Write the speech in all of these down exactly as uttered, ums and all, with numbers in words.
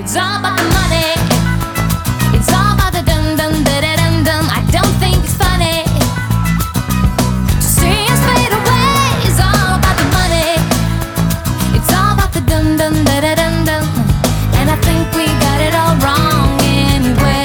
It's all about the money. It's all about the dum dum da da dum dum. I don't think it's funny to see us fade away. It's all about the money. It's all about the dum dum da da dum dum. And I think we got it all wrong anyway.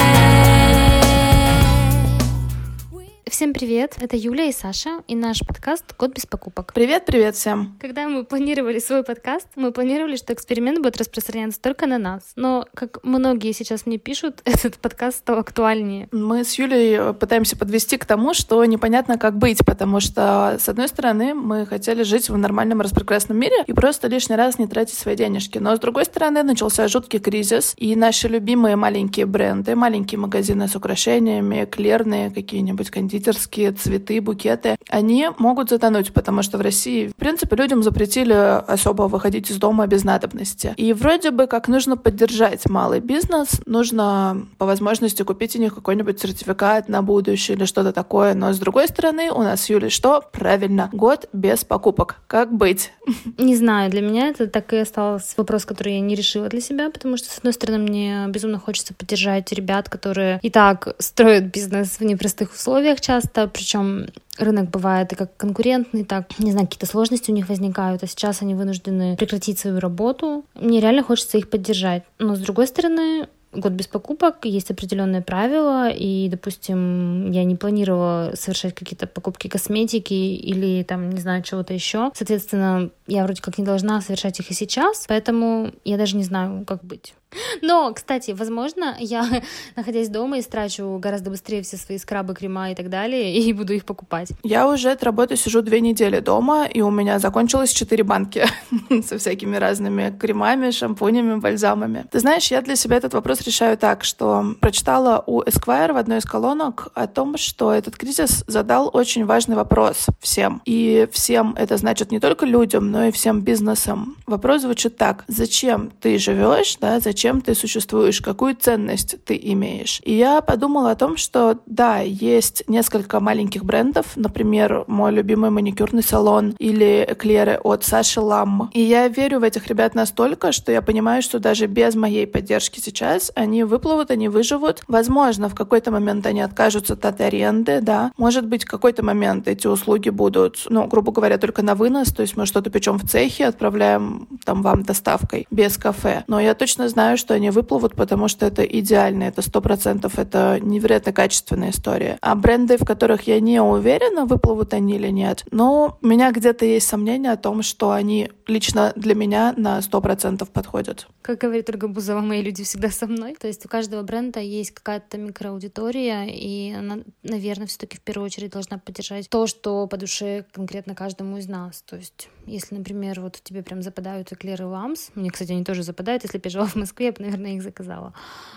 Всем привет, это Юля и Саша, и наш подкаст «Год без покупок». Привет-привет всем! Когда мы планировали свой подкаст, мы планировали, что эксперимент будет распространяться только на нас. Но, как многие сейчас мне пишут, этот подкаст стал актуальнее. Мы с Юлей пытаемся подвести к тому, что непонятно, как быть, потому что, с одной стороны, мы хотели жить в нормальном распрекрасном мире и просто лишний раз не тратить свои денежки. Но, с другой стороны, начался жуткий кризис, и наши любимые маленькие бренды, маленькие магазины с украшениями, эклерные какие-нибудь кондитерские, цветы, букеты, они могут затонуть, потому что в России, в принципе, людям запретили особо выходить из дома без надобности. И вроде бы как нужно поддержать малый бизнес, нужно по возможности купить у них какой-нибудь сертификат на будущее или что-то такое, но с другой стороны у нас с Юлей что? Правильно, год без покупок. Как быть? Не знаю, для меня это так и остался вопрос, который я не решила для себя, потому что, с одной стороны, мне безумно хочется поддержать ребят, которые и так строят бизнес в непростых условиях часто, причем рынок бывает и как конкурентный, так, не знаю, какие-то сложности у них возникают, а сейчас они вынуждены прекратить свою работу. Мне реально хочется их поддержать. Но, с другой стороны, год без покупок, есть определенные правила, и, допустим, я не планировала совершать какие-то покупки косметики или, там, не знаю, чего-то еще. Соответственно, я вроде как не должна совершать их и сейчас, поэтому я даже не знаю, как быть. Но, кстати, возможно, я, находясь дома, истрачу гораздо быстрее все свои скрабы, крема и так далее, и буду их покупать. Я уже от работы сижу две недели дома, и у меня закончилось четыре банки со всякими разными кремами, шампунями, бальзамами. Ты знаешь, я для себя этот вопрос решаю так, что прочитала у Esquire в одной из колонок о том, что этот кризис задал очень важный вопрос всем. И всем это значит не только людям, но и всем бизнесам. Вопрос звучит так: зачем ты живешь, да, зачем чем ты существуешь, какую ценность ты имеешь. И я подумала о том, что да, есть несколько маленьких брендов, например, мой любимый маникюрный салон или эклеры от Саши Ламм. И я верю в этих ребят настолько, что я понимаю, что даже без моей поддержки сейчас они выплывут, они выживут. Возможно, в какой-то момент они откажутся от аренды, да. Может быть, в какой-то момент эти услуги будут, ну, грубо говоря, только на вынос, то есть мы что-то печем в цехе, отправляем там вам доставкой, без кафе. Но я точно знаю, что они выплывут, потому что это идеально, это сто процентов, это невероятно качественная история. А бренды, в которых я не уверена, выплывут они или нет, но у меня где-то есть сомнения о том, что они лично для меня на сто процентов подходят. Как говорит Ольга Бузова, мои люди всегда со мной. То есть у каждого бренда есть какая-то микроаудитория, и она, наверное, все-таки в первую очередь должна поддержать то, что по душе конкретно каждому из нас. То есть если, например, вот тебе прям западают эклеры Ламс, мне, кстати, они тоже западают, если бы я жила в Москве, я бы, наверное, их заказала,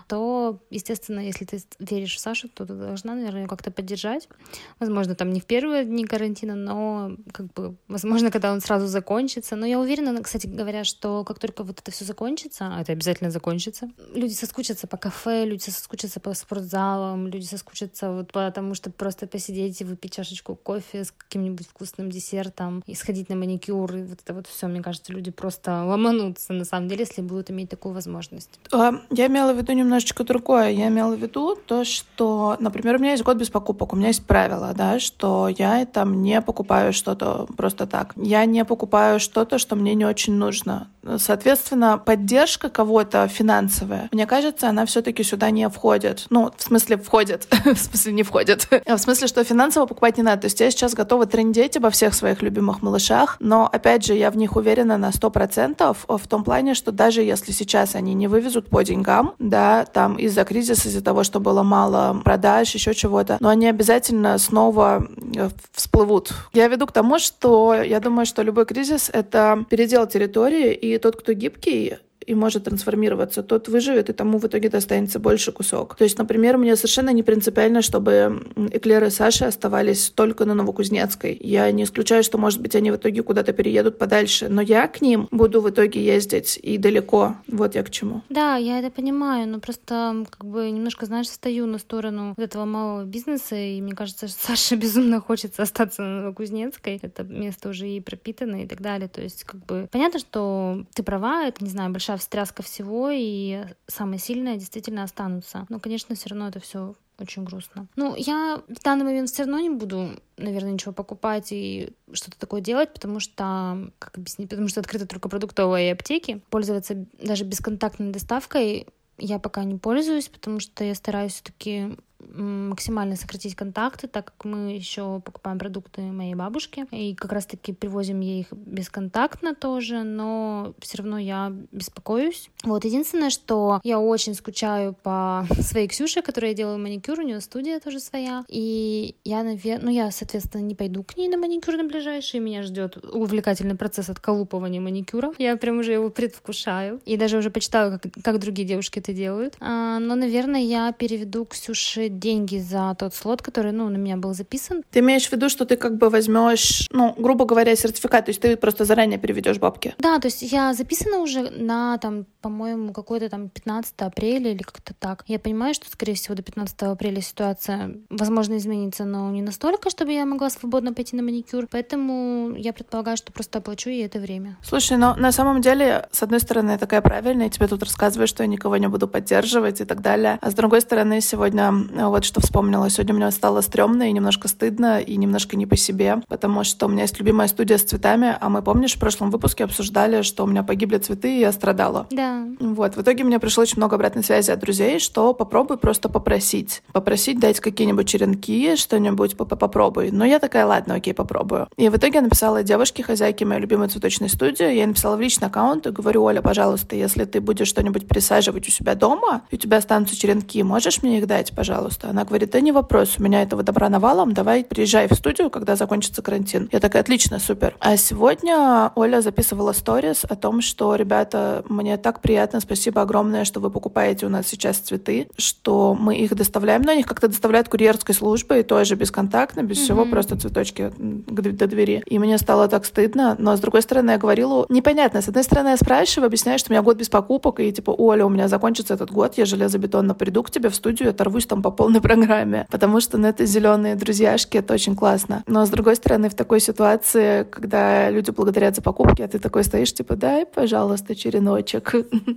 то, естественно, если ты веришь в Сашу, то ты должна, наверное, ее как-то поддержать. Возможно, там не в первые дни карантина, но, как бы, возможно, когда он сразу закончится. Но я уверена, кстати говоря, что как только вот это все закончится, а это обязательно закончится, люди соскучатся по кафе, люди соскучатся по спортзалам, люди соскучатся вот потому, что просто посидеть и выпить чашечку кофе с каким-нибудь вкусным десертом и сходить на маникюр, и вот это вот все, мне кажется, люди просто ломанутся, на самом деле, если будут иметь такую возможность. Я имела в виду немножечко другое. Я имела в виду то, что, например, у меня есть год без покупок, у меня есть правило, да, что я там не покупаю что-то просто так. Я не покупаю что-то, что мне не очень нужно. Соответственно, поддержка кого-то финансовая, мне кажется, она все-таки сюда не входит. Ну, в смысле, входит. В смысле, не входит. В смысле, что финансово покупать не надо. То есть я сейчас готова трындеть обо всех своих любимых малышах, но, опять же, я в них уверена на сто процентов в том плане, что даже если сейчас они не вывезут по деньгам, да, там из-за кризиса, из-за того, что было мало продаж, еще чего-то, но они обязательно снова всплывут. Я веду к тому, что я думаю, что любой кризис — это передел территории, и тот, кто гибкий и может трансформироваться, тот выживет, и тому в итоге достанется больше кусок. То есть, например, мне совершенно не принципиально, чтобы эклеры Саши оставались только на Новокузнецкой. Я не исключаю, что, может быть, они в итоге куда-то переедут подальше, но я к ним буду в итоге ездить и далеко. Вот я к чему. Да, я это понимаю, но просто как бы немножко, знаешь, стою на сторону вот этого малого бизнеса, и мне кажется, что Саше безумно хочется остаться на Новокузнецкой. Это место уже и пропитано и так далее. То есть, как бы, понятно, что ты права, это, не знаю, большая большая встряска всего, и самые сильные действительно останутся. Но, конечно, все равно это все очень грустно. Ну, я в данный момент все равно не буду, наверное, ничего покупать и что-то такое делать, потому что, как объяснить, потому что открыты только продуктовые аптеки. Пользоваться даже бесконтактной доставкой я пока не пользуюсь, потому что я стараюсь все-таки максимально сократить контакты, так как мы еще покупаем продукты моей бабушки и как раз-таки привозим ей их бесконтактно тоже, но все равно я беспокоюсь. Вот, единственное, что я очень скучаю по своей Ксюше, которой я делаю маникюр, у нее студия тоже своя, и я, наверное, ну, я, соответственно, не пойду к ней на маникюр на ближайший, меня ждет увлекательный процесс отколупывания маникюра, я прям уже его предвкушаю, и даже уже почитаю, как, как другие девушки это делают, а, но, наверное, я переведу Ксюше деньги за тот слот, который, ну, на меня был записан. Ты имеешь в виду, что ты как бы возьмешь, ну, грубо говоря, сертификат, то есть ты просто заранее переведешь бабки? Да, то есть я записана уже на, там, по-моему, какое-то там пятнадцатое апреля или как-то так. Я понимаю, что, скорее всего, до пятнадцатого апреля ситуация, возможно, изменится, но не настолько, чтобы я могла свободно пойти на маникюр, поэтому я предполагаю, что просто оплачу ей это время. Слушай, но на самом деле, с одной стороны, я такая правильная, я тебе тут рассказываю, что я никого не буду поддерживать и так далее, а с другой стороны, сегодня вот что вспомнила. Сегодня мне стало стрёмно и немножко стыдно, и немножко не по себе, потому что у меня есть любимая студия с цветами, а мы, помнишь, в прошлом выпуске обсуждали, что у меня погибли цветы, и я страдала. Да. Вот. В итоге мне пришло очень много обратной связи от друзей, что попробуй просто попросить. Попросить дать какие-нибудь черенки, что-нибудь попробуй. Но я такая, ладно, окей, попробую. И в итоге я написала девушке, хозяйке моей любимой цветочной студии, я ей написала в личный аккаунт и говорю: Оля, пожалуйста, если ты будешь что-нибудь пересаживать у себя дома, и у тебя останутся черенки, можешь мне их дать, пожалуйста? Она говорит: да не вопрос, у меня этого добра навалом, давай приезжай в студию, когда закончится карантин. Я такая: отлично, супер. А сегодня Оля записывала сторис о том, что, ребята, мне так приятно, спасибо огромное, что вы покупаете у нас сейчас цветы, что мы их доставляем, но они их как-то доставляют курьерской службой, тоже бесконтактно, без mm-hmm. всего, просто цветочки до двери. И мне стало так стыдно, но с другой стороны я говорила, непонятно, с одной стороны я спрашиваю, объясняю, что у меня год без покупок, и типа: Оля, у меня закончится этот год, я железобетонно приду к тебе в студию, оторвусь там по полной программе, потому что, ну, это зеленые друзьяшки, это очень классно. Но с другой стороны, в такой ситуации, когда люди благодарят за покупки, а ты такой стоишь, типа: дай, пожалуйста, череночек.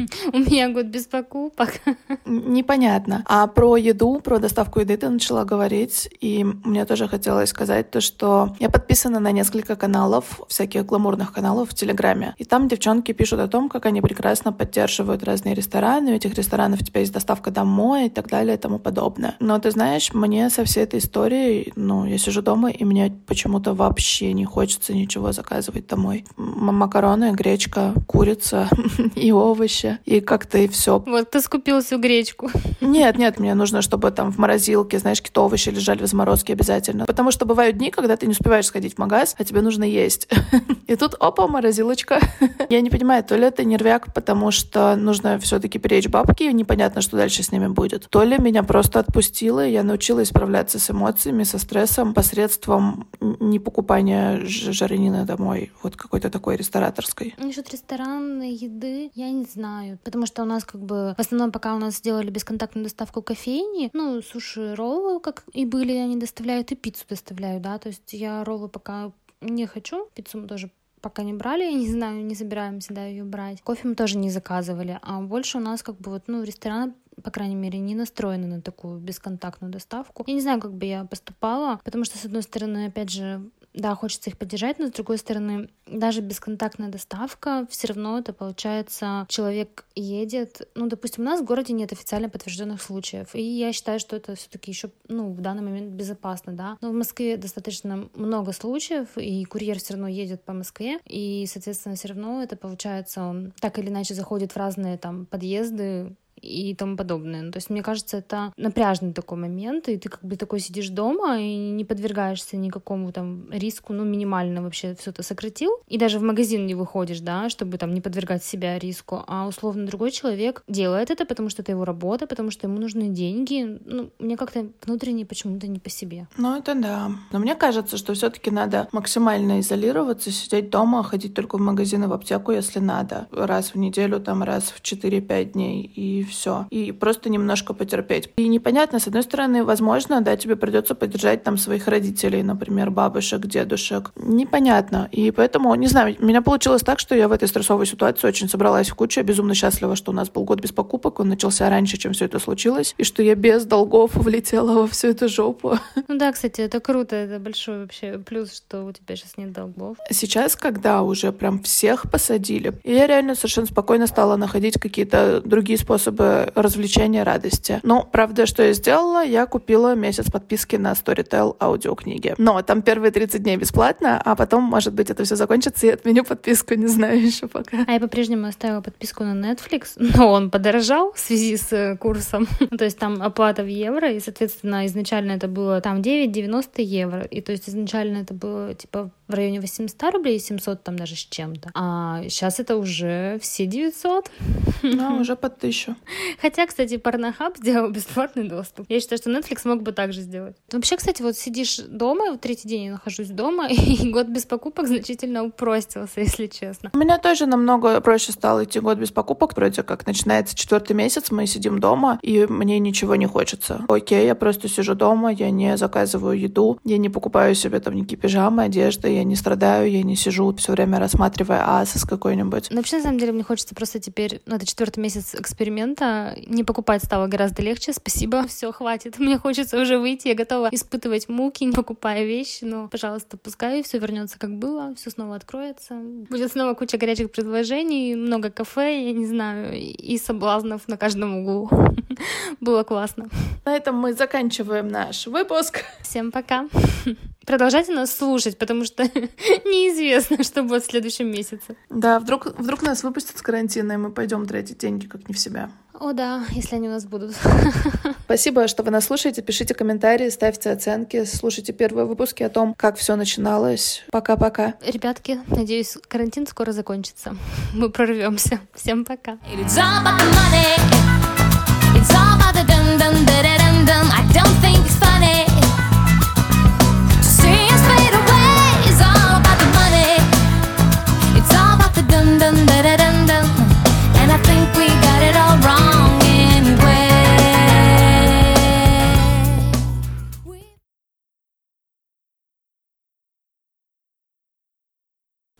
У меня год без покупок. Непонятно. А про еду, про доставку еды ты начала говорить, и мне тоже хотелось сказать то, что я подписана на несколько каналов, всяких гламурных каналов в Телеграме, и там девчонки пишут о том, как они прекрасно поддерживают разные рестораны, у этих ресторанов у тебя есть доставка домой и так далее и тому подобное. Но ты знаешь, мне со всей этой историей, ну, я сижу дома, и мне почему-то вообще не хочется ничего заказывать домой. М- макароны, гречка, курица и овощи, и как-то и все. Вот ты скупил всю гречку. Нет, нет, мне нужно, чтобы там в морозилке, знаешь, какие-то овощи лежали в заморозке обязательно. Потому что бывают дни, когда ты не успеваешь сходить в магаз, а тебе нужно есть. И тут, опа, морозилочка. Я не понимаю, то ли это нервяк, потому что нужно все-таки беречь бабки, и непонятно, что дальше с ними будет. То ли меня просто отпустило, и я научилась справляться с эмоциями, со стрессом посредством не покупания жаренины домой, вот какой-то такой рестораторской. Насчет ресторанной еды я не знаю, потому что у нас как бы в основном пока у нас сделали бесконтактную доставку кофейни, ну, суши, роллы, как и были, они доставляют, и пиццу доставляют, да, то есть я роллы пока не хочу, пиццу мы тоже пока не брали, я не знаю, не собираемся, да, ее брать. Кофе мы тоже не заказывали, а больше у нас как бы вот, ну, рестораны, по крайней мере, не настроены на такую бесконтактную доставку. Я не знаю, как бы я поступала, потому что, с одной стороны, опять же, да, хочется их поддержать, но с другой стороны, даже бесконтактная доставка, все равно это получается, человек едет, ну, допустим, у нас в городе нет официально подтвержденных случаев, и я считаю, что это все-таки еще, ну, в данный момент безопасно, да, но в Москве достаточно много случаев, и курьер все равно едет по Москве, и, соответственно, все равно это получается, он так или иначе заходит в разные там подъезды и тому подобное. Ну, то есть, мне кажется, это напряжный такой момент, и ты как бы такой сидишь дома и не подвергаешься никакому там риску, ну, минимально вообще все это сократил, и даже в магазин не выходишь, да, чтобы там не подвергать себя риску, а условно другой человек делает это, потому что это его работа, потому что ему нужны деньги. Ну, мне как-то внутренне почему-то не по себе. Ну, это да. Но мне кажется, что все-таки надо максимально изолироваться, сидеть дома, ходить только в магазин и в аптеку, если надо. Раз в неделю, там, раз в четыре-пять дней, и все. И просто немножко потерпеть. И непонятно, с одной стороны, возможно, да, тебе придется поддержать там своих родителей, например, бабушек, дедушек. Непонятно. И поэтому, не знаю, у меня получилось так, что я в этой стрессовой ситуации очень собралась в кучу. Я безумно счастлива, что у нас был год без покупок, он начался раньше, чем все это случилось, и что я без долгов влетела во всю эту жопу. Ну да, кстати, это круто, это большой вообще плюс, что у тебя сейчас нет долгов. Сейчас, когда уже прям всех посадили, я реально совершенно спокойно стала находить какие-то другие способы развлечения, радости. Но, правда, что я сделала? Я купила месяц подписки на Storytel аудиокниги. Но там первые тридцать дней бесплатно, а потом, может быть, это все закончится, и отменю подписку, не знаю еще пока. А я по-прежнему оставила подписку на Netflix, но он подорожал в связи с курсом. То есть там оплата в евро, и, соответственно, изначально это было там девять девяносто евро. И то есть изначально это было типа в районе восемьсот рублей, семьсот там даже с чем-то. А сейчас это уже все девятьсот. Да, уже под тысячу. Хотя, кстати, Pornhub сделал бесплатный доступ. Я считаю, что Netflix мог бы так же сделать. Вообще, кстати, вот сидишь дома, вот третий день я нахожусь дома, и год без покупок значительно упростился, если честно. У меня тоже намного проще стало идти год без покупок. Вроде как начинается четвертый месяц, мы сидим дома, и мне ничего не хочется. Окей, я просто сижу дома, я не заказываю еду, я не покупаю себе там никакие пижамы, одежды, я не страдаю, я не сижу все время рассматривая Асос какой-нибудь. Но вообще, на самом деле, мне хочется просто теперь, ну, это четвертый месяц эксперимента, не покупать стало гораздо легче. Спасибо, все, хватит. Мне хочется уже выйти, я готова испытывать муки, не покупая вещи, но, пожалуйста, пускай все вернется как было, все снова откроется. Будет снова куча горячих предложений, много кафе, я не знаю, и соблазнов на каждом углу. Было классно. На этом мы заканчиваем наш выпуск. Всем пока. Продолжайте нас слушать, потому что неизвестно, что будет в следующем месяце. Да, вдруг, вдруг нас выпустят с карантина, и мы пойдем тратить деньги как не в себя. О да, если они у нас будут. Спасибо, что вы нас слушаете. Пишите комментарии, ставьте оценки, слушайте первые выпуски о том, как все начиналось. Пока-пока. Ребятки, надеюсь, карантин скоро закончится. Мы прорвемся. Всем пока. It's all about the money.